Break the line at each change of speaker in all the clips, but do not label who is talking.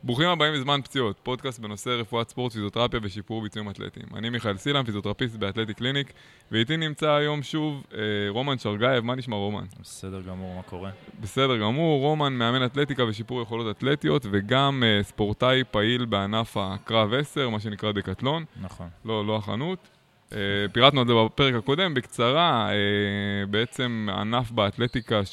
ברוכים הבאים בזמן פציעות, פודקאסט בנושא רפואת ספורט, פיזיותרפיה ושיפור ביצועים אתלטיים. אני מיכאל סילם, פיזיותרפיסט באתלטי קליניק, ואיתי נמצא היום שוב רומן שרגייב. מה נשמע רומן?
בסדר גמור, מה קורה?
בסדר גמור, רומן מאמן אתלטיקה ושיפור יכולות אתלטיות, וגם ספורטאי פעיל בענף הקרב 10, מה שנקרא דקטלון.
נכון.
לא החנות. פירטנו את זה בפרק הקודם, בקצרה, בעצם ענף באתלטיקה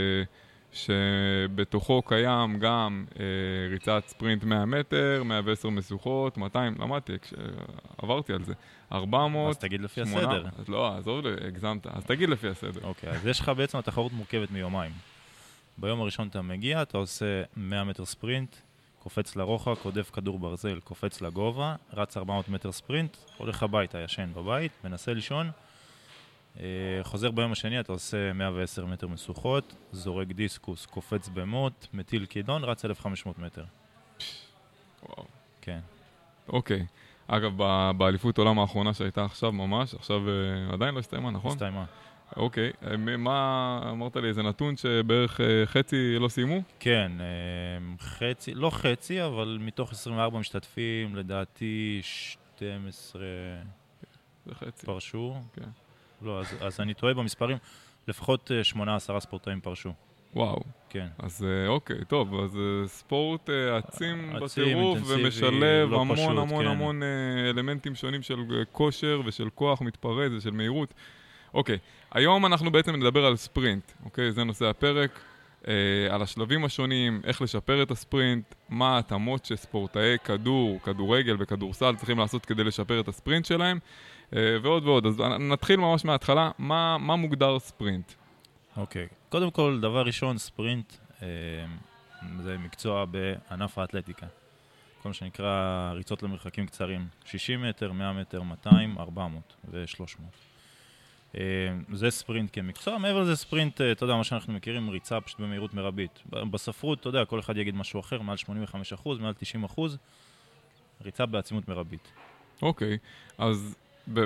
שבתוכו קיים גם ריצת ספרינט 100 מטר, 110 משוכות, 200, למדתי, עברתי על זה, 400.
אז תגיד לפי
800,
הסדר.
אז לא, עזוב, הגזמת, אז תגיד לפי הסדר.
אוקיי, אז יש לך בעצם התחרות מורכבת מיומיים. ביום הראשון אתה מגיע, אתה עושה 100 מטר ספרינט, קופץ לרוחק, עודף כדור ברזל, קופץ לגובה, רץ 400 מטר ספרינט, הולך הביתה, ישן בבית, מנסה לישון, חוזר ביום השני, אתה עושה 110 מטר משוכות, זורק דיסקוס, קופץ במוט, מטיל כידון, רץ 1500 מטר.
וואו.
כן.
אוקיי. אגב, באליפות עולם האחרונה שהייתה עכשיו ממש, עכשיו עדיין לא הסתיימה, נכון?
הסתיימה.
אוקיי. מה אמרת לי, איזה נתון שבערך חצי לא סיימו?
כן, חצי, לא חצי, אבל מתוך 24 משתתפים, לדעתי 12
זה חצי.
פרשו.
כן.
לא, אז אני טועה במספרים, לפחות 8-10 ספורטאים פרשו.
וואו.
כן.
אז אוקיי, טוב, אז ספורט עצים בטירוף
אינטנסיבי,
ומשלב
לא
המון
פשוט,
המון
כן.
המון אלמנטים שונים של כושר ושל כוח מתפרץ ושל מהירות. אוקיי, היום אנחנו בעצם נדבר על ספרינט, אוקיי? זה נושא הפרק, על השלבים השונים, איך לשפר את הספרינט, מה ההתאמות שספורטאי כדורגל וכדורסל צריכים לעשות כדי לשפר את הספרינט שלהם, ועוד ועוד. אז נתחיל ממש מההתחלה, מה מוגדר ספרינט?
אוקיי. קודם כל, דבר ראשון, ספרינט, זה מקצוע בענף האתלטיקה. כל מה שנקרא ריצות למרחקים קצרים. 60 מטר, 100 מטר, 200, 400 ו-300. זה ספרינט כמקצוע. מעבר לזה ספרינט, אתה יודע, מה שאנחנו מכירים, ריצה פשוט במהירות מרבית. בספרות, אתה יודע, כל אחד יגיד משהו אחר, מעל 85%, מעל 90%, ריצה בעצימות מרבית.
אוקיי, אז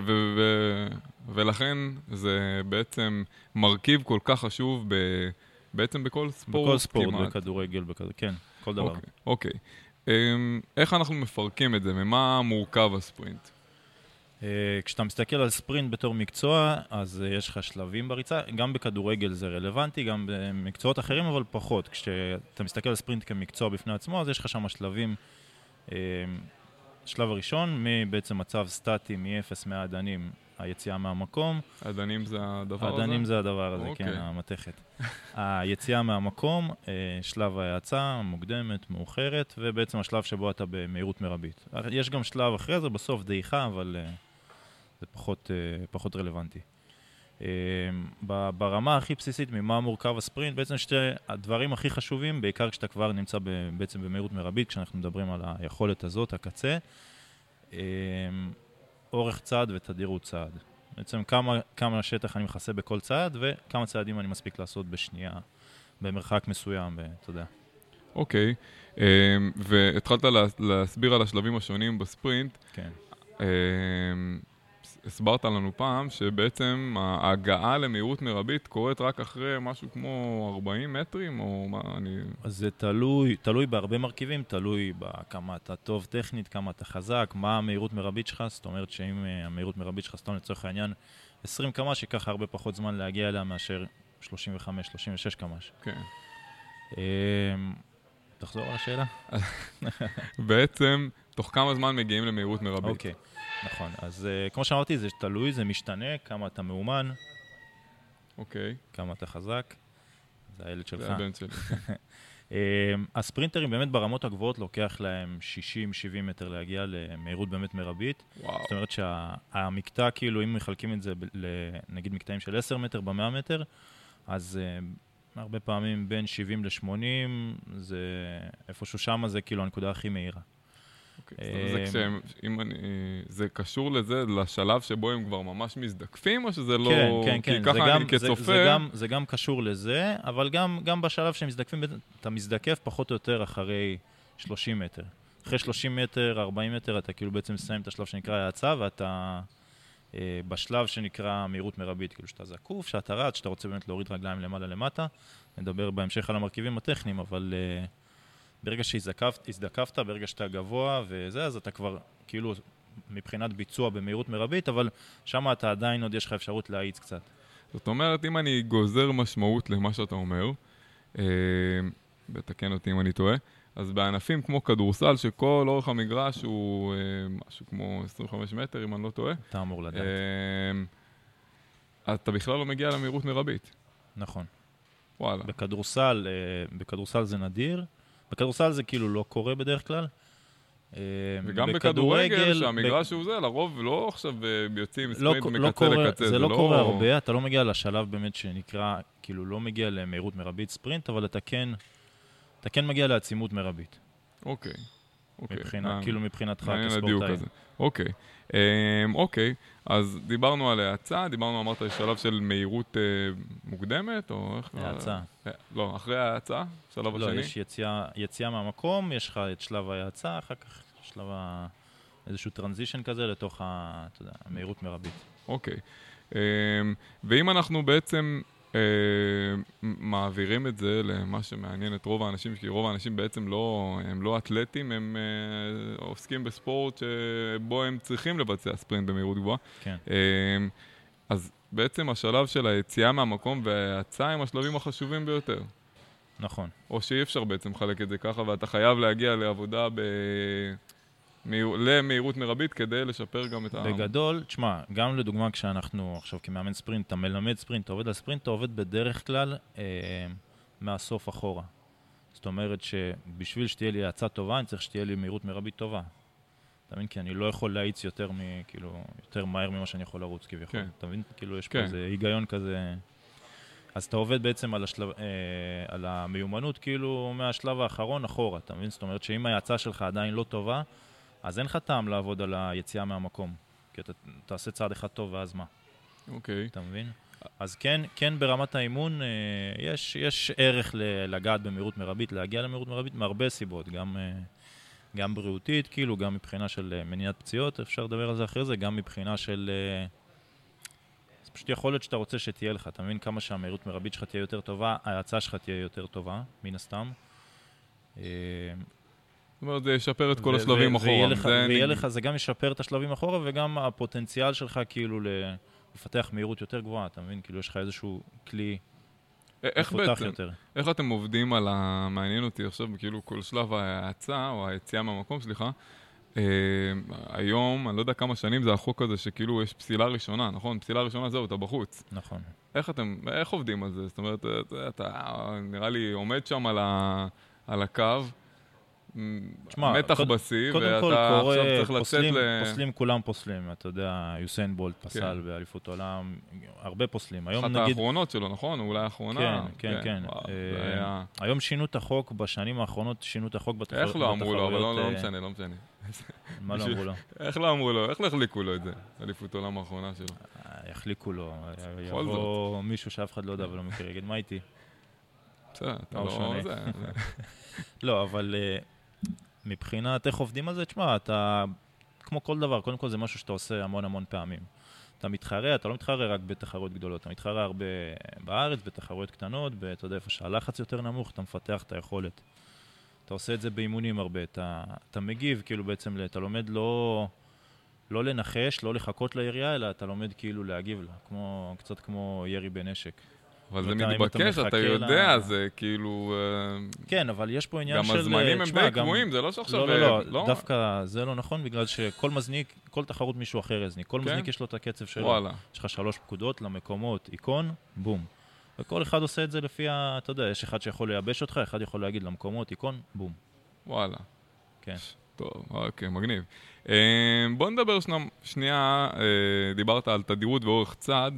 ולכן זה בעצם מרכיב כל כך חשוב בעצם בכל ספורט
בכל ספורט,
כמעט.
בכדורגל, כן, כל דבר.
אוקיי. איך אנחנו מפרקים את זה? ממה מורכב הספרינט?
כשאתה מסתכל על ספרינט בתור מקצוע, אז יש לך שלבים בריצה. גם בכדורגל זה רלוונטי, גם במקצועות אחרים, אבל פחות. כשאתה מסתכל על ספרינט כמקצוע בפני עצמו, אז יש לך שם שלבים. שלב הראשון, מבעצם מצב סטטי, מ-0 מהעדנים, היציאה מהמקום.
עדנים זה הדבר הזה?
עדנים זה הדבר הזה,
אוקיי.
כן, המתכת. היציאה מהמקום, שלב ההאצה, מוקדמת, מאוחרת, ובעצם השלב שבו אתה במהירות מרבית. יש גם שלב אחרי זה, בסוף דעיכה, אבל זה פחות רלוונטי. ברמה הכי בסיסית, ממה מורכב הספרינט, בעצם שתי הדברים הכי חשובים, בעיקר כשאתה כבר נמצא בעצם במהירות מרבית, כשאנחנו מדברים על היכולת הזאת, הקצה, אורך צעד ותדירות צעד. בעצם כמה שטח אני מכסה בכל צעד, וכמה צעדים אני מספיק לעשות בשנייה, במרחק מסוים, אתה יודע.
אוקיי, והתחלת להסביר על השלבים השונים בספרינט.
כן.
הסברת לנו פעם שבעצם ההגעה למהירות מרבית קורית רק אחרי משהו כמו 40 מטרים, או מה אני...
אז זה תלוי בהרבה מרכיבים, תלוי בכמה אתה טוב טכנית, כמה אתה חזק, מה המהירות מרבית שלך, זאת אומרת שאם המהירות מרבית שלך סתם לצורך העניין 20 קמ"ש, ייקח הרבה פחות זמן להגיע אליה מאשר 35-36 קמ"ש.
כן.
תחזור על השאלה?
בעצם, תוך כמה זמן מגיעים למהירות מרבית?
אוקיי. נכון, אז כמו שאמרתי, זה תלוי, זה משתנה, כמה אתה מאומן,
אוקיי.
כמה אתה חזק, זה הילד שלך.
זה הבן שלי.
הספרינטרים באמת ברמות הגבוהות לוקח להם 60-70 מטר להגיע למהירות באמת מרבית.
וואו.
זאת אומרת שהמקטע, כאילו, אם מחלקים את זה נגיד מקטעים של 10 מטר ב-100 מטר, אז הרבה פעמים בין 70 ל-80, זה איפשהו שם זה כאילו הנקודה הכי מהירה.
זה קשור לזה, לשלב שבו הם כבר ממש מזדקפים, או שזה לא...
כן,
כי ככה אני כצופה...
זה גם קשור לזה, אבל גם בשלב שהם מזדקפים, אתה מזדקף פחות או יותר אחרי 30 מטר. אחרי 30 מטר, 40 מטר, אתה כאילו בעצם מסיים את השלב שנקרא ההאצה, ואתה בשלב שנקרא מהירות מרבית, כאילו שאתה זקוף, שאתה רץ, שאתה רוצה באמת להוריד רגליים למעלה למטה. נדבר בהמשך על המרכיבים הטכניים, אבל ברגע שהזדקפת, ברגע שאתה גבוה וזה, אז אתה כבר כאילו מבחינת ביצוע במהירות מרבית, אבל שם אתה עדיין עוד יש לך אפשרות להאיץ קצת.
זאת אומרת, אם אני גוזר משמעות למה שאתה אומר, ותקן אותי אם אני טועה, אז בענפים כמו כדורסל, שכל אורך המגרש הוא משהו כמו 25 מטר, אם אני לא טועה,
אתה אמור לדעת.
אתה בכלל לא מגיע למהירות מרבית.
נכון.
וואלה.
בכדורסל זה נדיר. בכדורסל זה כאילו לא קורה בדרך כלל.
וגם בכדורגל, שהמגרש הוא זה, לרוב לא עכשיו יוצאים ספרינט מקצה לקצה.
זה לא קורה הרבה, אתה לא מגיע לשלב באמת שנקרא, כאילו לא מגיע למהירות מרבית ספרינט, אבל אתה כן מגיע לעצימות מרבית.
אוקיי.
כאילו מבחינתך כספורטאי.
אוקיי, אז דיברנו על ההאצה, אמרת שלב של מהירות מוקדמת, או איך?
ההאצה.
לא, אחרי ההאצה, שלב השני?
לא, יש יציאה מהמקום, יש לך את שלב ההאצה, אחר כך שלב איזשהו טרנזישן כזה לתוך המהירות מרבית.
אוקיי. ואם אנחנו בעצם מעבירים את זה למה שמעניין את רוב האנשים, כי רוב האנשים בעצם הם לא אתלטים, הם עוסקים בספורט שבו הם צריכים לבצע ספרינט במהירות גבוהה.
כן.
אז בעצם השלב של היציאה מהמקום וההאצה הם השלבים החשובים ביותר.
נכון.
או שאי אפשר בעצם לחלק את זה ככה, ואתה חייב להגיע לעבודה למהירות מרבית כדי לשפר גם את
בגדול, תשמע, גם לדוגמה כשאנחנו עכשיו כמאמן ספרינט, אתה מלמד ספרינט, אתה עובד על ספרינט, אתה עובד בדרך כלל מהסוף אחורה. זאת אומרת שבשביל שתהיה לי האצה טובה, אני צריך שתהיה לי מהירות מרבית טובה. אתה מבין? כי אני לא יכול להאיץ יותר מהר ממה שאני יכול לרוץ כביכול. אתה מבין? כאילו יש פה איזה היגיון כזה. אז אתה עובד בעצם על המיומנות כאילו מהשלב האחרון אחורה. אתה מבין? זאת אומרת שאם ההאצה שלך עדיין לא טובה, אז אין לך טעם לעבוד על היציאה מהמקום, כי אתה תעשה צעד אחד טוב ואז מה.
אוקיי.
אתה מבין? אז כן ברמת האימון יש ערך לגעת במהירות מרבית, להגיע למהירות מרבית מהרבה סיבות, גם בריאותית, כאילו, גם מבחינה של מניעת פציעות, אפשר לדבר על זה אחרי זה, גם מבחינה של... זה פשוט יכול להיות שאתה רוצה שתהיה לך, אתה מבין כמה שהמהירות מרבית שלך תהיה יותר טובה, ההאצה שלך תהיה יותר טובה, מן הסתם.
זאת אומרת, זה ישפר את כל השלבים אחורה.
ויהיה לך, זה גם ישפר את השלבים אחורה, וגם הפוטנציאל שלך כאילו לפתח מהירות יותר גבוהה, אתה מבין? כאילו יש לך איזשהו כלי מפותח יותר.
איך אתם עובדים על מעניין אותי עכשיו, כאילו כל שלב ההאצה, או היציאה מהמקום, סליחה, היום, אני לא יודע כמה שנים זה החוק הזה, שכאילו יש פסילה ראשונה, נכון? פסילה ראשונה זהו, אתה בחוץ.
נכון.
איך עובדים על זה? זאת אומרת, אתה נראה לי עומד שם על הקו, מתח בשיא, ואתה עכשיו צריך לצאת
פוסלים, כולם פוסלים. אתה יודע, יוסיין בולט פסל באליפות עולם, הרבה פוסלים.
אחת האחרונות שלו, נכון? אולי האחרונה.
כן. היום שינו את החוק, בשנים האחרונות שינו את החוק בתחרויות.
איך לא אמרו לו? אבל לא משנה.
מה לא אמרו לו?
איך לא אמרו לו? איך לא החליקו לו את זה? אליפות עולם האחרונה שלו.
יחליקו לו. יבוא מישהו שאף אחד לא יודע ולא מכיר, יגיד, מה איתי?
בסדר, אתה לא...
לא, אבל מבחינת איך עובדים על זה, תשמע, אתה, כמו כל דבר, קודם כל זה משהו שאתה עושה המון פעמים. אתה מתחרה, אתה לא מתחרה רק בתחרויות גדולות, אתה מתחרה הרבה בארץ, בתחרויות קטנות, אתה יודע איפה שהלחץ יותר נמוך, אתה מפתח את היכולת. אתה עושה את זה באימונים הרבה, אתה מגיב, כאילו בעצם, אתה לומד לא לנחש, לא לחכות לירייה, אלא אתה לומד כאילו להגיב לה, קצת כמו ירי בנשק.
אבל זה מתבקש, אתה יודע, זה כאילו...
כן, אבל יש פה עניין של...
גם הזמנים הם די קבועים, זה לא שעכשיו...
לא, דווקא זה לא נכון, בגלל שכל מזניק, כל תחרות מישהו אחר יזניק. כל מזניק יש לו את הקצב שלו. יש לך 3 פקודות למקומות, איקון, בום. וכל אחד עושה את זה לפי אתה יודע, יש אחד שיכול לייבש אותך, אחד יכול להגיד למקומות, איקון, בום.
וואלה.
כן.
טוב, אוקיי, מגניב. בוא נדבר שנייה, דיברת על תדירות ואורך צעד.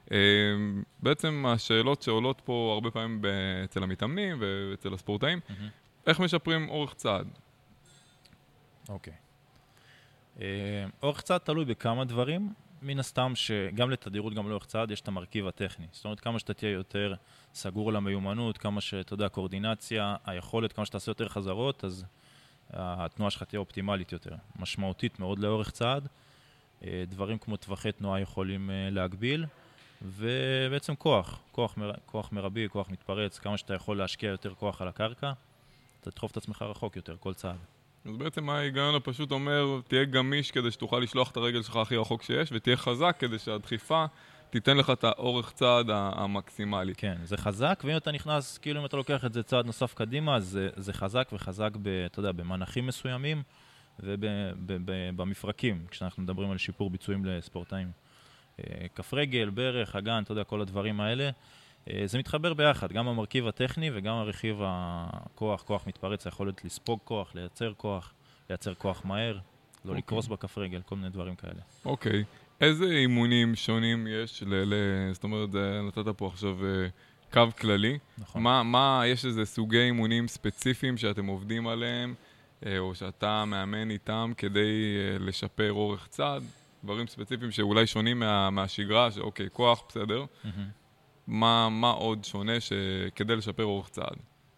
בעצם השאלות שעולות פה הרבה פעמים אצל המתאמנים ואצל הספורטאים, איך משפרים אורך צעד?
אוקיי. אורך צעד תלוי בכמה דברים, מן הסתם שגם לתדירות, גם לאורך צעד, יש את המרכיב הטכני. זאת אומרת, כמה שאתה תהיה יותר סגור על המיומנות, כמה שאתה יודע, קואורדינציה, היכולת, כמה שאתה עושה יותר חזרות, אז התנועה שלך תהיה אופטימלית יותר, משמעותית מאוד לאורך צעד. דברים כמו טווחי תנועה יכולים להגביל. ובעצם כוח מרבי, כוח מתפרץ, כמה שאתה יכול להשקיע יותר כוח על הקרקע, אתה תדחוף את עצמך רחוק יותר, כל צעד.
אז בעצם ההיגיון הפשוט אומר, תהיה גמיש כדי שתוכל לשלוח את הרגל שלך הכי רחוק שיש, ותהיה חזק כדי שהדחיפה תיתן לך את האורך צעד המקסימלי.
כן, זה חזק, ואם אתה נכנס, כאילו אם אתה לוקח את זה צעד נוסף קדימה, אז זה חזק וחזק, אתה יודע, במנחים מסוימים ובמפרקים, כשאנחנו מדברים על שיפור ביצועים לספורטאים. כף רגל, ברך, אגן, אתה יודע, כל הדברים האלה. זה מתחבר ביחד, גם המרכיב הטכני וגם הרכיב הכוח, כוח מתפרץ, היכולת לספוג כוח, לייצר כוח מהר, לא לקרוס בכף רגל, כל מיני דברים כאלה.
אוקיי. איזה אימונים שונים יש זאת אומרת, נתת פה עכשיו קו כללי.
נכון.
יש איזה סוגי אימונים ספציפיים שאתם עובדים עליהם, או שאתה מאמן איתם כדי לשפר אורך צעד? דברים ספציפיים שאולי שונים מהשגרה, שאוקיי, כוח, בסדר. מה עוד שונה כדי לשפר אורך צעד?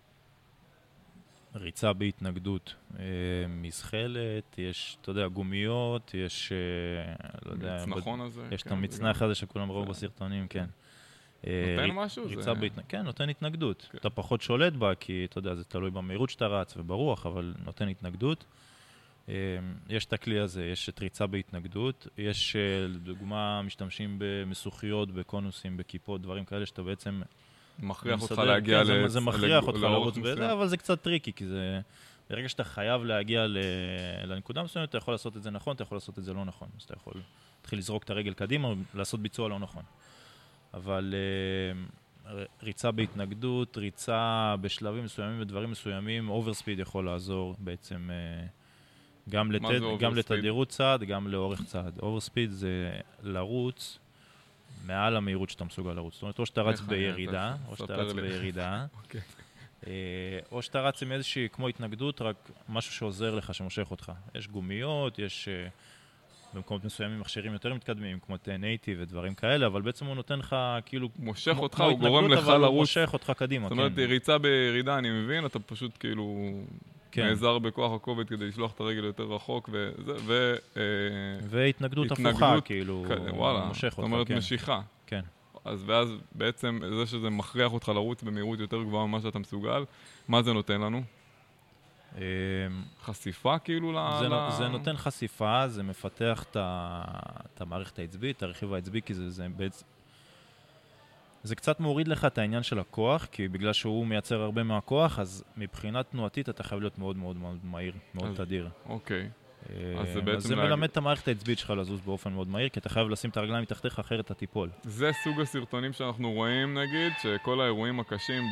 ריצה בהתנגדות, מזחלת, יש, אתה יודע, גומיות, יש, לא יודע,
מצנחון הזה?
יש את המצנח הזה שכולם ראו בסרטונים, כן.
נותן משהו?
כן, נותן התנגדות. אתה פחות שולט בה, כי אתה יודע, זה תלוי במהירות שאתה רץ וברוח, אבל נותן התנגדות. יש את הכלי הזה, יש את ריצה בהתנגדות, יש לדוגמה משתמשים במסוכיות, בקונוסים, בכיפות, דברים כאלה שאתה בעצם
מכריח אותך להגיע
זה מכריח אותך לרוץ בזה, אבל זה קצת טריקי, כי זה ברגע שאתה חייב להגיע לנקודה מסוימת, אתה יכול לעשות את זה נכון, אתה יכול לעשות את זה לא נכון, אז אתה יכול להתחיל לזרוק את הרגל קדימה או לעשות ביצוע לא נכון. אבל ריצה בהתנגדות, ריצה בשלבים מסוימים ודברים מסוימים, אוברספיד יכול לעזור בעצם גם לתדירות צעד, גם לאורך צעד. אוברספיד זה לרוץ מעל המהירות שאתה מסוגל לרוץ. זאת אומרת, או שאתה רץ בירידה, או שאתה רץ עם איזושהי, כמו התנגדות, רק משהו שעוזר לך, שמושך אותך. יש גומיות, יש במקומות מסוימים מכשירים יותר מתקדמים, כמו נייטיב ודברים כאלה, אבל בעצם הוא נותן לך, כאילו,
מושך אותך, הוא גורם לך לרוץ.
הוא מושך אותך קדימה,
זאת אומרת, ריצה בירידה, אני מבין, אתה פשוט כאילו נעזר בכוח הכובד כדי לשלוח את הרגל יותר רחוק,
והתנגדות הפוכה, כאילו,
מושך אותך. זאת אומרת, משיכה.
כן.
ואז בעצם זה שזה מכריח אותך לרוץ במהירות יותר גבוהה ממה שאתה מסוגל, מה זה נותן לנו? חשיפה כאילו
זה נותן חשיפה, זה מפתח את המערכת העצבית, את הרכיב העצבי, כי זה קצת מוריד לך את העניין של הכוח, כי בגלל שהוא מייצר הרבה מהכוח, אז מבחינה תנועתית אתה חייב להיות מאוד מאוד מאוד מהיר, מאוד תדיר.
אוקיי.
אז זה מלמד את המערכת העצבית שלך לזוז באופן מאוד מהיר, כי אתה חייב לשים את הרגליים מתחתיך, אחרת אתה תיפול.
זה סוג הסרטונים שאנחנו רואים, נגיד, שכל האירועים הקשים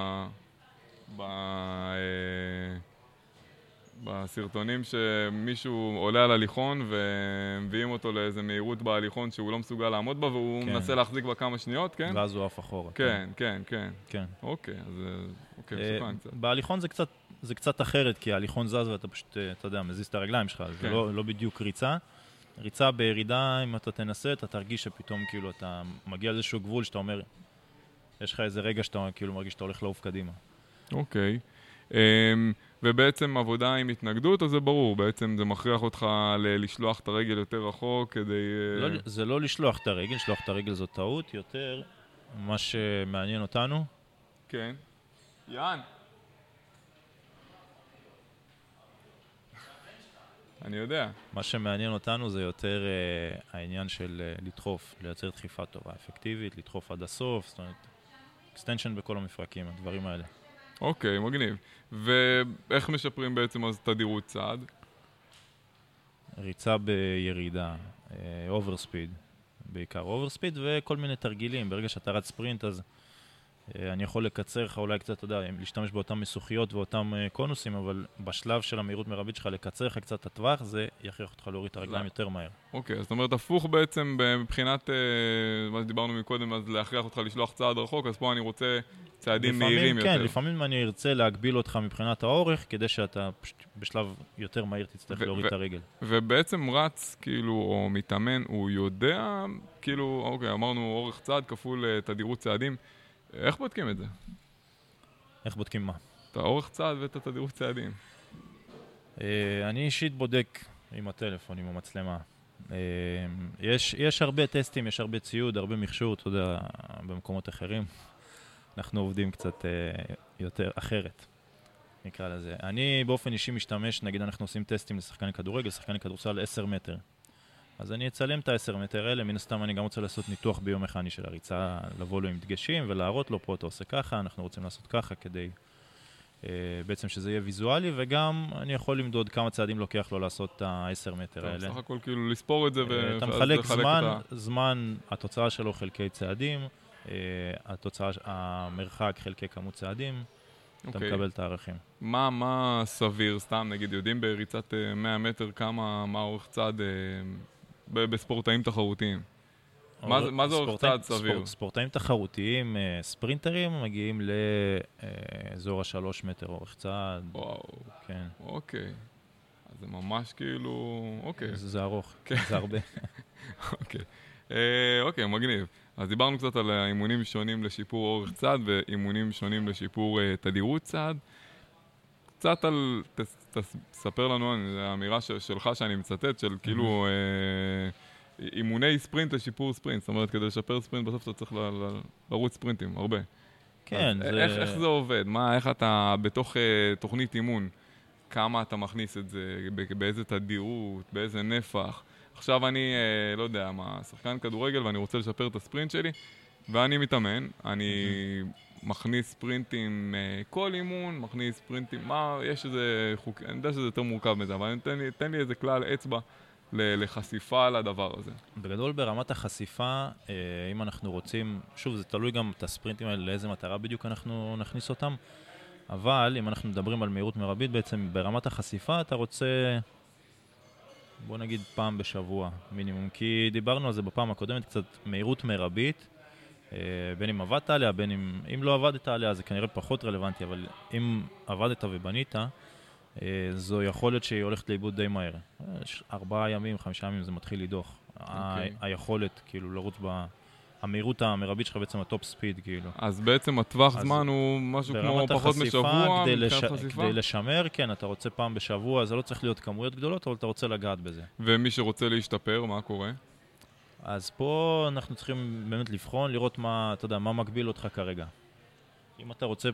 בסרטונים שמישהו עולה על הליכון ומביאים אותו לאיזה מהירות בהליכון שהוא לא מסוגל לעמוד בה והוא מנסה להחזיק בה כמה שניות, כן?
ואז הוא עף אחורה.
כן. אוקיי, אז מסוכן קצת.
בהליכון זה קצת אחרת, כי ההליכון זז ואתה פשוט, אתה יודע, מזיז את הרגליים שלך, זה לא בדיוק ריצה. ריצה בירידה, אם אתה תנסה, אתה תרגיש שפתאום כאילו אתה מגיע לאיזשהו גבול שאתה אומר, יש לך איזה רגע שאתה כאילו מרגיש שאתה הולך לעוף קדימה.
אוקיי. ובעצם עבודה עם התנגדות, אז זה ברור, בעצם זה מכריח אותך לשלוח את הרגל יותר רחוק כדי...
זה לא לשלוח את הרגל, לשלוח את הרגל זו טעות, יותר מה שמעניין אותנו.
כן. יאן. אני יודע.
מה שמעניין אותנו זה יותר העניין של לדחוף, לייצר דחיפה טובה, אפקטיבית, לדחוף עד הסוף, זאת אומרת, extension בכל המפרקים, הדברים האלה.
אוקיי, מגניב. ואיך משפרים בעצם אז תדירות צעד?
ריצה בירידה, אוברספיד, בעיקר אוברספיד וכל מיני תרגילים. ברגע שאתה רץ ספרינט אז אני יכול לקצר לך אולי קצת, אתה יודע, להשתמש באותם מסוכיות ואותם קונוסים, אבל בשלב של המהירות מרבית שלך לקצר לך קצת את הטווח, זה יכריח אותך להוריד את הרגליים יותר מהר.
אוקיי, זאת אומרת, הפוך בעצם מבחינת מה שדיברנו מקודם, אז להכריח אותך לשלוח צעד רחוק, אז פה אני רוצה צעדים מהירים יותר.
כן, לפעמים אני ארצה להגביל אותך מבחינת האורך, כדי שאתה בשלב יותר מהיר תצטרך להוריד את הרגל.
ובעצם רץ, כאילו, או מתאמן, הוא יודע, כאילו, אוקיי, אמרנו אורך צעד כפול תדירות צעדים. איך בודקים את זה?
איך בודקים מה?
את האורך צעד ואת התדירות צעדים.
אני אישית בודק עם הטלפון, עם המצלמה. יש הרבה טסטים, יש הרבה ציוד, הרבה מכשור, אתה יודע, במקומות אחרים. אנחנו עובדים קצת יותר אחרת. נקרא לזה. אני באופן אישי משתמש, נגיד אנחנו עושים טסטים לשחקני כדורגל, שחקני כדורסל 10 מטר. אז אני אצלם את ה-10 מטר האלה, מן הסתם אני גם רוצה לעשות ניתוח ביומכני של הריצה, לבוא לו עם דגשים ולהראות לו, פה אתה עושה ככה, אנחנו רוצים לעשות ככה כדי בעצם שזה יהיה ויזואלי, וגם אני יכול למדוד כמה צעדים לוקח לו לעשות את ה-10 מטר האלה.
בסך הכל כאילו לספור את זה
אתה מחלק זמן, התוצאה שלו חלקי צעדים, המרחק חלקי כמות צעדים, אתה מקבל את הערכים.
מה סביר, סתם נגיד, יודעים בריצת 100 מטר מה אורך צעד בספורטאים תחרותיים? מה זה אורך צעד סביר?
ספורטאים תחרותיים, ספרינטרים, מגיעים לאזור ה3 מטר אורך צעד.
וואו.
כן.
אוקיי. אז זה ממש כאילו... אוקיי.
זה ארוך, זה הרבה.
אוקיי, מגניב. אז דיברנו קצת על אימונים שונים לשיפור אורך צעד ואימונים שונים לשיפור תדירות צעד. קצת על... תספר לנו, האמירה שלך שאני מצטט, של כאילו... אימוני ספרינט לשיפור ספרינט, זאת אומרת, כדי לשפר ספרינט, בסוף אתה צריך לרוץ ספרינטים, הרבה.
כן,
איך זה עובד? איך אתה, בתוך תוכנית אימון, כמה אתה מכניס את זה, באיזה תדירות, באיזה נפח? עכשיו אני, לא יודע, שחקן כדורגל ואני רוצה לשפר את הספרינט שלי, ואני מתאמן, אני מכניס ספרינטים, כל אימון, מכניס ספרינטים, יש איזה חוק, אני יודע שזה יותר מורכב מזה, אבל תן לי איזה כלל אצבע, לחשיפה לדבר הזה.
בגדול ברמת החשיפה, אם אנחנו רוצים, שוב זה תלוי גם את הספרינטים האלה, לאיזה מטרה בדיוק אנחנו נכניס אותם, אבל אם אנחנו מדברים על מהירות מרבית, בעצם ברמת החשיפה אתה רוצה, בוא נגיד פעם בשבוע מינימום, כי דיברנו על זה בפעם הקודמת, קצת מהירות מרבית, בין אם עבדת עליה, בין אם לא עבדת עליה, זה כנראה פחות רלוונטי, אבל אם עבדת ובנית, זו יכולת שהיא הולכת לאיבוד די מהר. 4 ימים, 5 ימים זה מתחיל לדוח. היכולת, כאילו, לרוץ המהירות המרבית שלך בעצם הטופ ספיד, כאילו.
אז בעצם הטווח זמן הוא משהו כמו פחות משבוע, מבחינת חשיפה?
כדי לשמר, כן, אתה רוצה פעם בשבוע, זה לא צריך להיות כמויות גדולות, אבל אתה רוצה לגעת בזה.
ומי שרוצה להשתפר, מה קורה?
אז פה אנחנו צריכים באמת לבחון, לראות מה, אתה יודע, מה מגביל אותך כרגע. אם אתה רוצה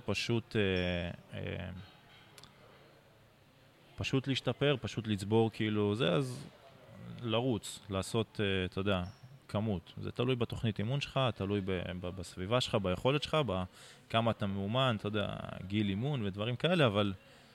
פשוט להשתפר, פשוט לצבור כאילו זה, אז לרוץ, לעשות, אתה יודע, כמות. זה תלוי בתוכנית אימון שלך, תלוי בסביבה שלך, ביכולת שלך, בכמה אתה מאומן, אתה יודע, גיל אימון ודברים כאלה, אבל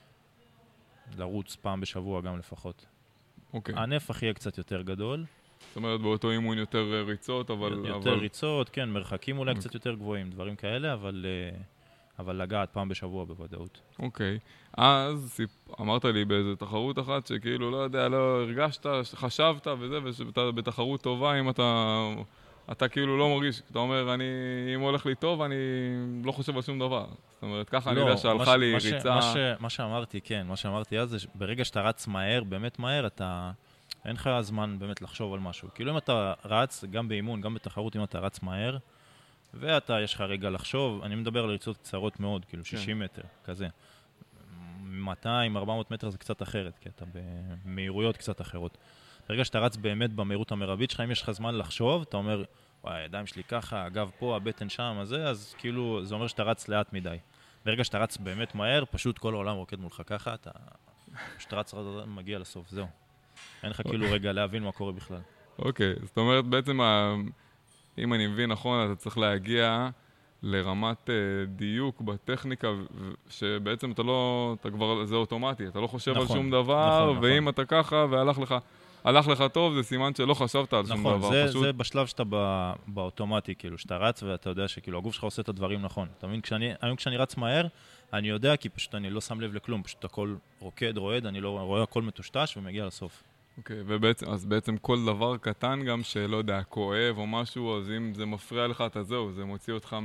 לרוץ פעם בשבוע גם לפחות.
אוקיי.
הנפח יהיה קצת יותר גדול.
זאת אומרת, באותו אימון יותר ריצות, אבל...
יותר ריצות, כן, מרחקים אולי קצת יותר גבוהים, דברים כאלה, אבל לגעת פעם בשבוע בוודאות.
אוקיי. אז אמרת לי באיזו תחרות אחת שכאילו, לא יודע, לא הרגשת, חשבת וזה, ושאתה בתחרות טובה, אם אתה כאילו לא מרגיש, אתה אומר, אם הולך לי טוב, אני לא חושב על שום דבר. זאת אומרת, ככה אני יודע שהלכה לי ריצה...
מה שאמרתי, כן, מה שאמרתי אז, זה ברגע שאתה רץ מהר, באמת מהר, אין לך זמן באמת לחשוב על משהו. כאילו אם אתה רץ, גם באימון, גם בתחרות, אם אתה רץ מהר, יש לך רגע לחשוב, אני מדבר על ריצות קצרות מאוד, כאילו 60 מטר, כזה. 200, 400 מטר זה קצת אחרת, כי אתה במהירויות קצת אחרות. ברגע שאתה רץ באמת במהירות המרבית שלך, אם יש לך זמן לחשוב, אתה אומר, וואי, הידיים שלי ככה, הגב פה, הבטן שם, אז כאילו, זה אומר שאתה רץ לאט מדי. ברגע שאתה רץ באמת מהר, פשוט כל העולם רוקד מולך ככה, כשאתה רץ מגיע לסוף, זהו. אין לך כאילו רגע להבין מה קורה בכלל.
אוקיי, זאת אומרת בעצם, אם אני מבין נכון, אתה צריך להגיע לרמת דיוק בטכניקה, שבעצם אתה כבר, זה אוטומטי, אתה לא חושב על שום דבר, ואם אתה ככה והלך לך טוב, זה סימן שלא חשבת על שום דבר.
נכון, זה בשלב שאתה באוטומטי, כאילו, שאתה רץ ואתה יודע שכאילו הגוף שלך עושה את הדברים נכון. אתה מבין, היום כשאני רץ מהר, אני יודע כי פשוט אני לא שם לב לכלום, פשוט הכל רוקד, רועד, אני לא רואה הכל מטושטש ומגיע לסוף.
אוקיי, אז בעצם כל דבר קטן גם שלא יודע, כואב או משהו, אז אם זה מפריע לך, אתה זהו, זה מוציא אותך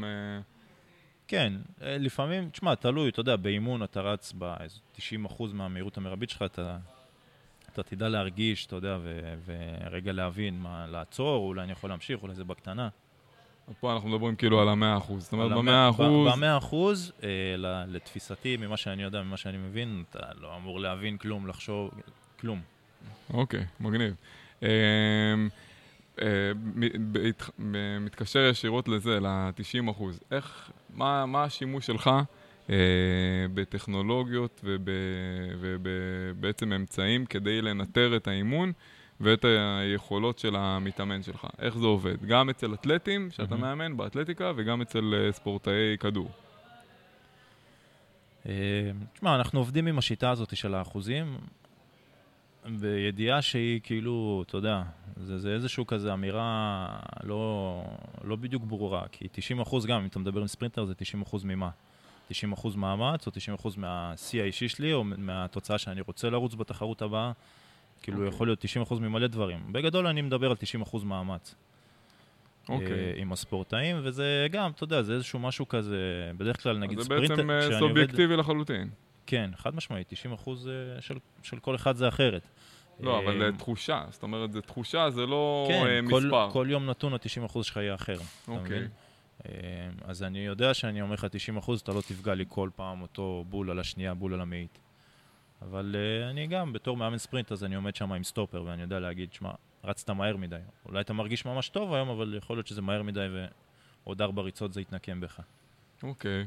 כן, לפעמים, תשמע, תלוי, אתה יודע, באימון אתה רץ ב-90% מהמהירות המרבית שלך, אתה תדע להרגיש, אתה יודע, ורגע להבין מה לעצור, אולי אני יכול להמשיך, אולי זה בקטנה.
פה אנחנו מדברים כאילו על 100%, זאת אומרת
ב-100%, לתפיסתי, ממה שאני יודע, ממה שאני מבין, אתה לא אמור להבין כלום, לחשוב, כלום.
אוקיי, מגניב. מתקשר ישירות לזה, ל-90%. מה השימוש שלך בטכנולוגיות ובעצם אמצעים כדי לנטר את האימון ואת היכולות של המתאמן שלך. איך זה עובד? גם אצל אתלטים שאתה מאמן באתלטיקה וגם אצל ספורטאי כדור.
תשמע, אנחנו עובדים עם השיטה הזאת של האחוזים, בידיעה שהיא כאילו, אתה יודע, זה איזשהו כזה אמירה לא בדיוק ברורה, כי 90% גם, אם אתה מדבר עם ספרינטר, זה 90% ממה? 90% מאמץ, או 90% מהשיא האישי שלי, או מהתוצאה שאני רוצה לרוץ בתחרות הבאה, כאילו יכול להיות 90% ממלא דברים. בגדול אני מדבר על 90% מאמץ. עם הספורטאים, וזה גם, אתה יודע, זה איזשהו משהו כזה, בדרך כלל נגיד ספרינטר...
זה בעצם סובייקטיבי לחלוטין.
כן, חד משמעית, 90% של כל אחד זה אחרת.
לא, אבל זה תחושה, זאת אומרת, זה תחושה, זה לא
כן,
מספר.
כל יום נתון ה-90% שלך יהיה אחר.
אוקיי.
אז אני יודע שאני אומר לך 90%, אתה לא תפגע לי כל פעם אותו בול על השנייה, בול על המאית. אבל אני גם, בתור מאמן ספרינט, אז אני עומד שם עם סטופר, ואני יודע להגיד, שמה, רצת מהר מדי. אולי אתה מרגיש ממש טוב היום, אבל יכול להיות שזה מהר מדי, ועוד 4 ריצות זה יתנקם בך.
אוקיי.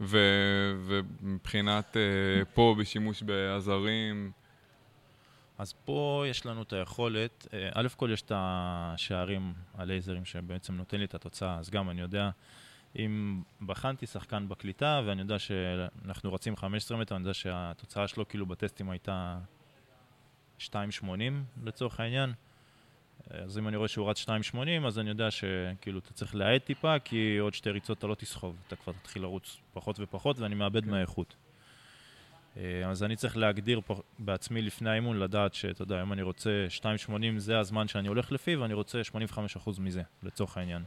ומבחינת פה בשימוש בעזרים...
אז פה יש לנו את היכולת, א' כל יש את השערים הלייזרים שבעצם נותן לי את התוצאה, אז גם אני יודע, אם בחנתי שחקן בקליטה ואני יודע שאנחנו רצים 15 מטר, אני יודע שהתוצאה שלו כאילו בטסטים הייתה 2.80 לצורך העניין, אז אם אני רואה שהוא רץ 2.80, אז אני יודע שכאילו אתה צריך להעד טיפה, כי עוד 2 ריצות אתה לא תסחוב, אתה כבר תתחיל לרוץ פחות ופחות ואני מאבד מהאיכות. אז אני צריך להגדיר בעצמי לפני האימון, לדעת שאתה יודע, אם אני רוצה 2.80 זה הזמן שאני הולך לפיו, ואני רוצה 85% מזה, לצורך העניין.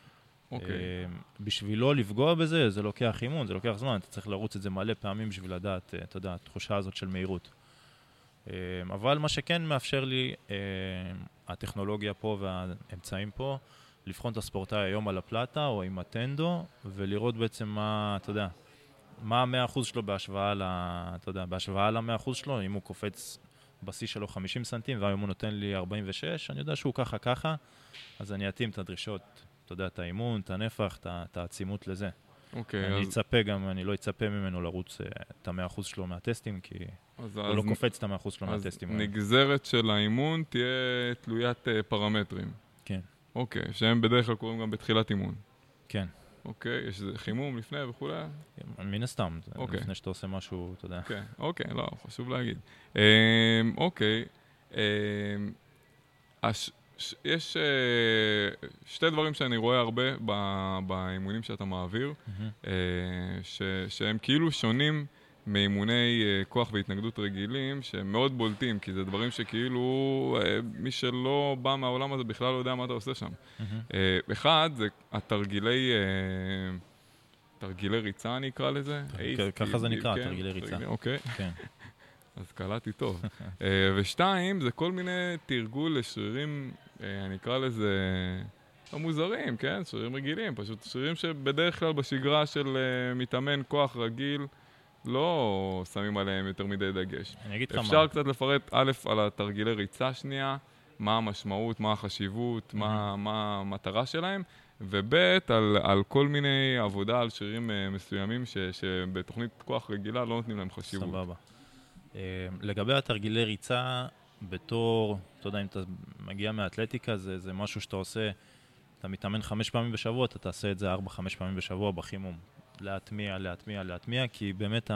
בשביל לא לפגוע בזה, זה לוקח אימון, זה לוקח זמן, אתה צריך לרוץ את זה מלא פעמים בשביל לדעת, אתה יודע, התחושה הזאת של מהירות. אבל מה שכן מאפשר לי, הטכנולוגיה פה והאמצעים פה, לבחון את הספורטאי היום על הפלטה או עם הטנדו, ולראות בעצם מה, אתה יודע, מה ה-100% שלו בהשוואה אתה יודע, בהשוואה ל-100% שלו, אם הוא קופץ בשיא שלו 50 סנטים, והיום הוא נותן לי 46, אני יודע שהוא ככה, אז אני אתאים את הדרישות, אתה יודע, את האימון, את הנפח, את העצימות לזה. אני אצפה גם, אני לא אצפה ממנו לרוץ את ה-100% שלו מהטסטים, כי הוא לא קופץ את ה-100% שלו מהטסטים.
אז נגזרת של האימון תהיה תלוית פרמטרים.
כן.
אוקיי, שהם בדרך כלל קוראים גם בתחילת אימון.
כן.
אוקיי, יש חימום לפני וכו'?
מן הסתם, לפני שאתה עושה משהו, אתה יודע.
אוקיי, לא, חשוב להגיד. אוקיי, יש 2 דברים שאני רואה הרבה באימונים שאתה מעביר, שהם כאילו שונים מאימוני כוח והתנגדות רגילים, שהם מאוד בולטים, כי זה דברים שכאילו מי שלא בא מהעולם הזה בכלל לא יודע מה אתה עושה שם. אחד, זה התרגילי ריצה, אני אקרא לזה.
ככה זה נקרא, תרגילי ריצה.
אוקיי. אז קלעתי טוב. ושתיים, זה כל מיני תרגול לשרירים, אני אקרא לזה מוזרים, כן? שרירים רגילים, פשוט שרירים שבדרך כלל בשגרה של מתאמן כוח רגיל, לא שמים עליהם יותר מדי דגש. אפשר קצת לפרט א' על התרגילי ריצה שנייה, מה המשמעות, מה החשיבות, מה המטרה שלהם, וב' על כל מיני עבודה על שרירים מסוימים שבתוכנית כוח רגילה לא נותנים להם חשיבות.
סבבה. לגבי התרגילי ריצה, בתור, אתה יודע, אם אתה מגיע מהאתלטיקה, זה משהו שאתה עושה, אתה מתאמן 5 פעמים בשבוע, אתה תעשה את זה 4-5 פעמים בשבוע בחימום. להטמיע, כי באמת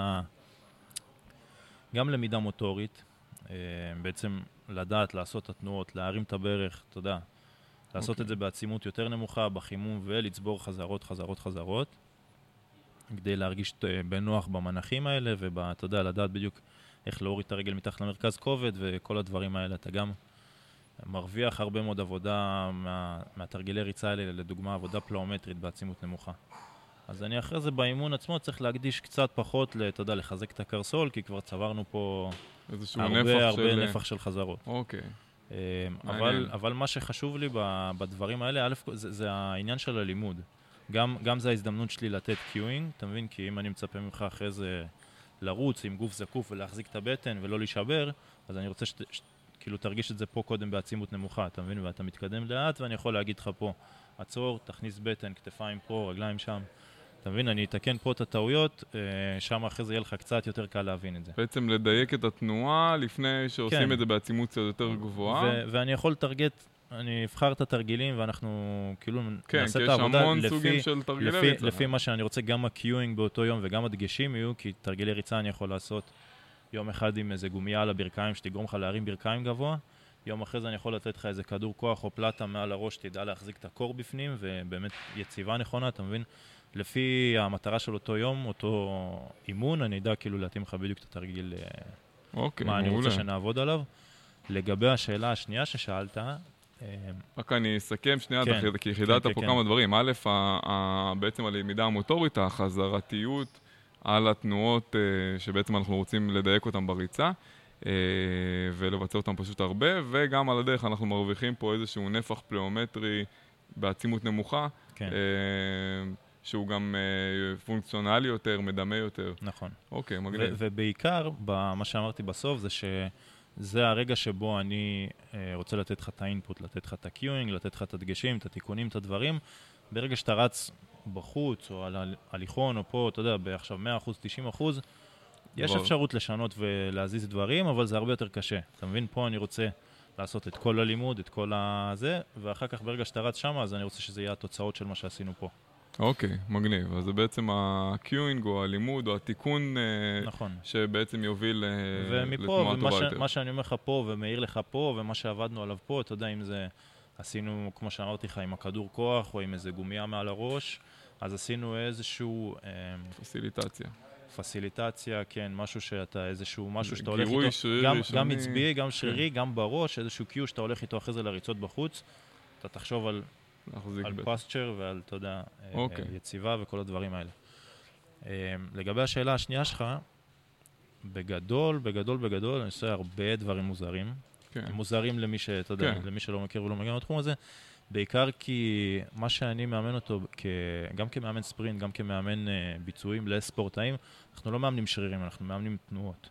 גם למידה מוטורית, בעצם לדעת לעשות את התנועות, להרים את הברך, אתה יודע, לעשות את זה בעצימות יותר נמוכה, בחימום, ולצבור חזרות, כדי להרגיש בנוח במנחים האלה, ואתה יודע, לדעת בדיוק איך להוריד את הרגל מתחת למרכז כובד, וכל הדברים האלה, אתה גם מרוויח הרבה מאוד עבודה מהתרגילי ריצה האלה, לדוגמה עבודה פלאומטרית בעצימות נמוכה. אז אני אחרי זה באימון עצמו צריך להקדיש קצת פחות, אתה יודע, לחזק את הקרסול, כי כבר צברנו פה הרבה נפח של חזרות.
אוקיי.
אבל מה שחשוב לי בדברים האלה, א', זה העניין של הלימוד. גם זה ההזדמנות שלי לתת קיואינג, אתה מבין? כי אם אני מצפה ממך אחרי זה לרוץ עם גוף זקוף ולהחזיק את הבטן ולא להישבר, אז אני רוצה כאילו תרגיש את זה פה קודם בעצימות נמוכה, אתה מבין? ואתה מתקדם לאט ואני יכול להגיד לך פה, עצור, תכניס בטן, כתפיים פה, רגליים שם. אתה מבין, אני אתקן פה את הטעויות, שם אחרי זה יהיה לך קצת יותר קל להבין את זה.
בעצם לדייק את התנועה לפני שעושים
כן.
את זה בעצימות יותר גבוהה.
ואני יכול לטרגט, אני אבחר את התרגילים ואנחנו כאילו
כן,
נעשה
כי
את
יש
העבודה
המון סוגים של תרגילי ריצה.
לפי מה שאני רוצה, גם הקיואינג באותו יום וגם הדגשים יהיו, כי תרגילי ריצה אני יכול לעשות יום אחד עם איזה גומייה על הברכיים שתגרום לך להרים ברכיים גבוה, יום אחרי זה אני יכול לתת לך איזה כדור כוח או פלטה מעל הראש, תדע להחזיק את הקור בפנים, ובאמת יציבה נכונה, אתה מבין? לפי המטרה של אותו יום, אותו אימון, אני אדע כאילו להתאים לך בדיוק את התרגיל, מה אני רוצה שנעבוד עליו. לגבי השאלה השנייה ששאלת,
רק אני אסכם שנייה, כי חידדת פה כמה דברים. א', בעצם הלמידה המוטורית, החזרתיות על התנועות שבעצם אנחנו רוצים לדייק אותן בריצה, ולבצע אותם פשוט הרבה, וגם על הדרך אנחנו מרוויחים פה איזשהו נפח פלאומטרי בעצימות נמוכה, שהוא גם פונקציונלי יותר, מדמה יותר.
נכון.
אוקיי, מגניב.
ובעיקר, מה שאמרתי בסוף, זה שזה הרגע שבו אני רוצה לתת לך את האינפוט, לתת לך את הקיואינג, לתת לך את הדגשים, את התיקונים, את הדברים. ברגע שאתה רץ בחוץ, או על הליכון, או פה, אתה יודע, בעכשיו 100%, 90%, יש אפשרות לשנות ולהזיז דברים, אבל זה הרבה יותר קשה. אתה מבין? פה אני רוצה לעשות את כל הלימוד, את כל הזה, ואחר כך ברגע שאתה רץ שמה, אז אני רוצה שזה יהיה התוצאות של מה שעשינו פה.
אוקיי, מגניב. אז זה בעצם הקיואינג או הלימוד או התיקון
נכון.
שבעצם יוביל
לתנועה טובה יותר. ומה שאני אומר לך פה ומעיר לך פה ומה שעבדנו עליו פה, אתה יודע, אם זה עשינו, כמו שאמרתי לך, עם הכדור כוח או עם איזה גומייה מעל הראש, אז עשינו איזשהו פסיליטציה, כן, משהו שאתה, איזשהו משהו שאתה הולך איתו, גם מצביעי, גם שרירי, גם בראש, איזשהו קיו שאתה הולך איתו אחרי זה לריצות בחוץ, אתה תחשוב על פסטשר ועל, אתה יודע, יציבה וכל הדברים האלה. לגבי השאלה השנייה שלך, בגדול, אני עושה הרבה דברים מוזרים. מוזרים למי שאתה יודע, למי שלא מכיר ולא מגיע לתחום הזה, בעיקר כי מה שאני מאמן אותו, גם כמאמן ספרינט, גם כמאמן ביצועים לספורטאים, אנחנו לא מאמנים שרירים, אנחנו מאמנים תנועות.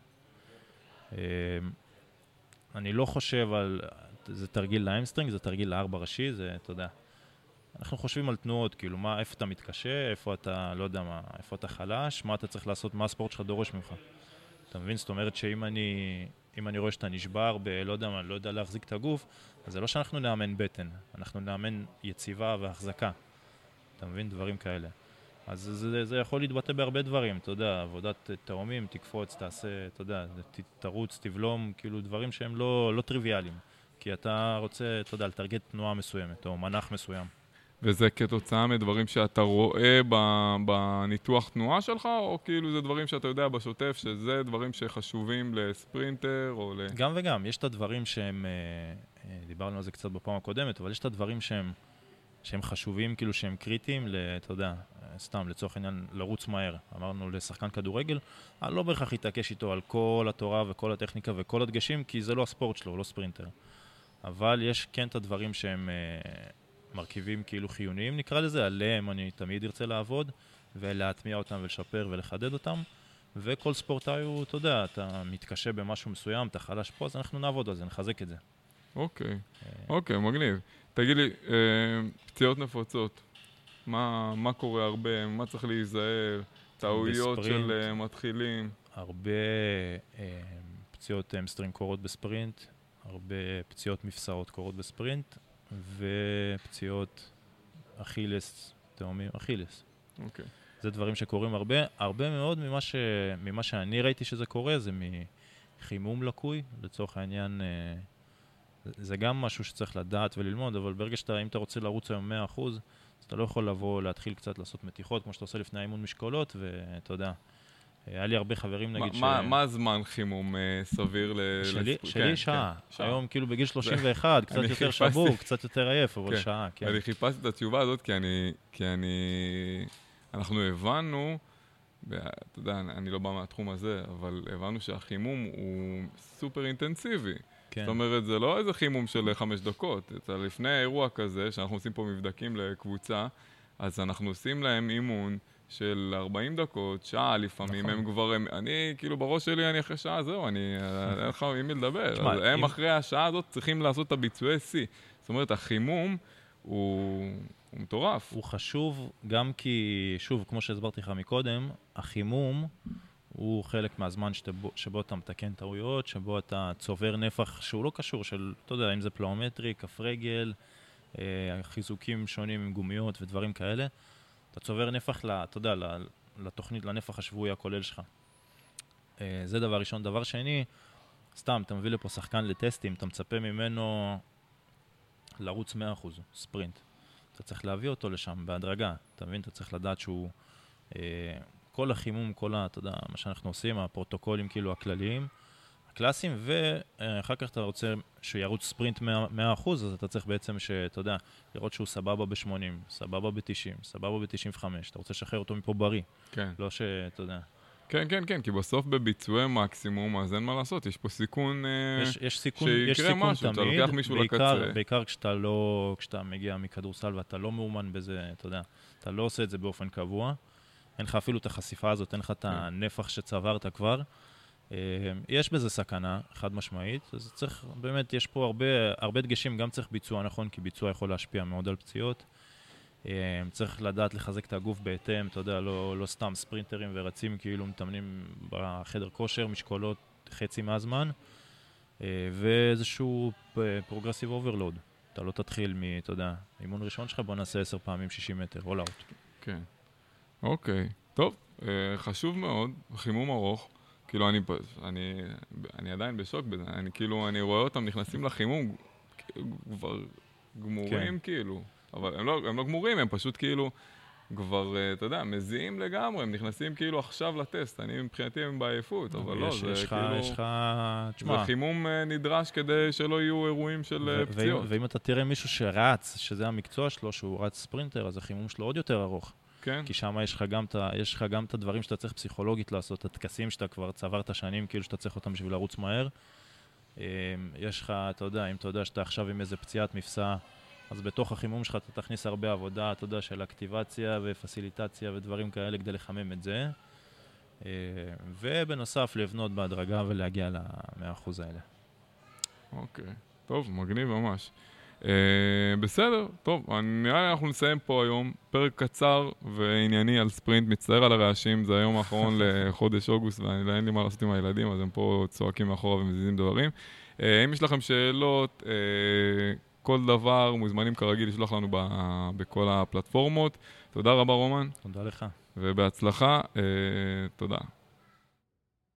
אני לא חושב על, זה תרגיל לאמסטרינג, זה תרגיל לארבע ראשי, זה, אתה יודע, אנחנו חושבים על תנועות, כאילו, איפה אתה מתקשה, איפה אתה, לא יודע מה, איפה אתה חלש, מה אתה צריך לעשות, מה הספורט שלך דורש ממך. אתה מבין? זאת אומרת שאם אני רואה שאתה נשבר לא יודע מה, לא יודע להחזיק את הגוף, אז זה לא שאנחנו נאמן בטן, אנחנו נאמן יציבה והחזקה. אתה מבין? דברים כאלה. אז זה יכול להתבטא בהרבה דברים, אתה יודע, עבודת תאומים, תקפוץ, תעשה, אתה יודע, תרוץ, תבלום, כאילו דברים שהם לא טריוויאליים. כי אתה רוצה, אתה יודע, לתרגט תנועה מסוימת, או מנח מסוים.
וזה כתוצאה מדברים שאתה רואה בניתוח תנועה שלך, או כאילו זה דברים שאתה יודע בשוטף, שזה דברים שחשובים לספרינטר, או
גם וגם, יש את הדברים שהם, דיברנו על זה קצת בפעם הקודמת, אבל יש את הדברים שהם חשובים, כאילו שהם קריטיים, אתה יודע, סתם, לצורך העניין, לרוץ מהר. אמרנו לשחקן כדורגל, אני לא בהכרח יתעקש איתו על כל התורה וכל הטכניקה וכל הדגשים, כי זה לא הספורט שלו, לא ספרינטר. אבל יש כן את הדברים שהם מרכיבים כאילו חיוניים, נקרא לזה, עליהם אני תמיד ארצה לעבוד, ולהטמיע אותם ולשפר ולחדד אותם, וכל ספורטאי הוא, אתה יודע, אתה מתקשה במשהו מסוים, אתה חלש פה, אז אנחנו נעבוד על זה, נחזק את זה.
אוקיי, מגניב. תגיד לי, פציעות נפוצות, מה קורה הרבה, מה צריך להיזהר, טעויות של מתחילים?
הרבה פציעות אמסטרינג קורות בספרינט, הרבה פציעות מפסעות קורות בספרינט, ופציעות אכילס, תאומים, אכילס.
אוקיי.
זה דברים שקורים הרבה מאוד ממה שאני ראיתי שזה קורה, זה מחימום לקוי, לצורך העניין, זה גם משהו שצריך לדעת וללמוד, אבל ברגע אם אתה רוצה לרוץ היום 100%, אז אתה לא יכול להתחיל קצת לעשות מתיחות, כמו שאתה עושה לפני האימון משקולות, ואתה יודע, היה לי הרבה חברים נגיד
מה הזמן חימום סביר
שלי שעה. היום כאילו בגיל 31, קצת יותר שבור, קצת יותר עייף, אבל שעה, כן.
אני חיפשתי את התשובה הזאת כי אנחנו הבנו, אתה יודע, אני לא בא מהתחום הזה, אבל הבנו שהחימום הוא סופר אינטנסיבי. זאת אומרת, זה לא איזה חימום של 5 דקות. לפני האירוע כזה, שאנחנו עושים פה מבדקים לקבוצה, אז אנחנו עושים להם אימון של 40 דקות, שעה לפעמים, הם כבר, אני כאילו בראש שלי, אני אחרי שעה, זהו, אין לך עם מי לדבר. אז הם אחרי השעה הזאת צריכים לעשות את הביצועי C. זאת אומרת, החימום הוא הוא מטורף.
הוא חשוב גם כי, שוב, כמו שהסברתי לך מקודם, החימום הוא חלק מהזמן שבו אתה מתקן טעויות, שבו אתה צובר נפח שהוא לא קשור, של, אתה יודע, אם זה פלאומטרי, כף רגל, חיזוקים שונים עם גומיות ודברים כאלה. אתה צובר נפח, אתה יודע, לתוכנית, לנפח השבועי הכולל שלך. זה דבר ראשון. דבר שני, סתם, אתה מביא לפה שחקן לטסטים, אתה מצפה ממנו לרוץ 100%, ספרינט. אתה צריך להביא אותו לשם בהדרגה, אתה מבין? אתה צריך לדעת שהוא, כל החימום, אתה יודע, מה שאנחנו עושים, הפרוטוקולים כאילו הכלליים, הקלאסיים, ואחר כך אתה רוצה שירוץ ספרינט 100%, אז אתה צריך בעצם שאתה יודע, לראות שהוא סבבה ב-80, סבבה ב-90, סבבה ב-95, אתה רוצה לשחרר אותו מפה בריא. כן. לא שאתה יודע.
כן, כן, כן, כי בסוף בביצועי מקסימום, אז אין מה לעשות, יש פה סיכון
יש סיכון
משהו, אתה לוקח מישהו לקצה.
בעיקר כשאתה מגיע מכדורסל ואתה לא מאומן בזה, אתה יודע, אתה לא עושה את זה באופן קבוע, אין לך אפילו את החשיפה הזאת, אין לך את הנפח שצברת כבר, יש בזה סכנה, חד משמעית, אז צריך, באמת, יש פה הרבה דגשים, גם צריך ביצוע נכון, כי ביצוע יכול להשפיע מאוד על פציעות, צריך לדעת לחזק את הגוף בהתאם, אתה יודע, לא סתם ספרינטרים ורצים כאילו מתאמנים בחדר כושר, משקולות חצי מהזמן, ואיזשהו פרוגרסיב אוברלוד. אתה לא תתחיל אתה יודע, אימון ראשון שלך, בוא נעשה 10 פעמים 60 מטר, all out.
כן. אוקיי. טוב, חשוב מאוד, חימום ארוך. כאילו, אני עדיין בשוק בזה. אני רואה אותם נכנסים לחימום, כבר גמורים כאילו. אבל הם לא גמורים, הם פשוט כאילו כבר, אתה יודע, מזיעים לגמרי, הם נכנסים כאילו עכשיו לטסט. אני מבחינתי הם בעייפות, אבל לא, זה כאילו...
יש לך,
זה חימום נדרש כדי שלא יהיו אירועים של פציעות.
ואם אתה תראה מישהו שרץ, שזה המקצוע שלו, שהוא רץ ספרינטר, אז החימום שלו עוד יותר ארוך.
כן.
כי שם יש לך גם את הדברים שאתה צריך פסיכולוגית לעשות, התקסים שאתה כבר צברת שנים, כאילו שאתה צריך אותם בשביל לרוץ מהר. יש לך, אתה יודע, אם אתה יודע שאתה עכשיו עם איזה פציעת מפסע, אז בתוך החימום שלך אתה תכניס הרבה עבודה, אתה יודע, של אקטיבציה ופסיליטציה ודברים כאלה כדי לחמם את זה. ובנוסף לבנות בהדרגה ולהגיע ל100% האלה.
אוקיי, טוב, מגניב ממש. בסדר, טוב, נראה לי אנחנו נסיים פה היום, פרק קצר וענייני על ספרינט, מצטער על הרעשים, זה היום האחרון לחודש אוגוסט ואין לי מה לעשות עם הילדים, אז הם פה צועקים מאחורה ומזיזים דברים. אם יש לכם שאלות, כל דבר, מוזמנים כרגיל לשלוח לנו בכל הפלטפורמות. תודה רבה רומן.
תודה לך.
ובהצלחה, תודה.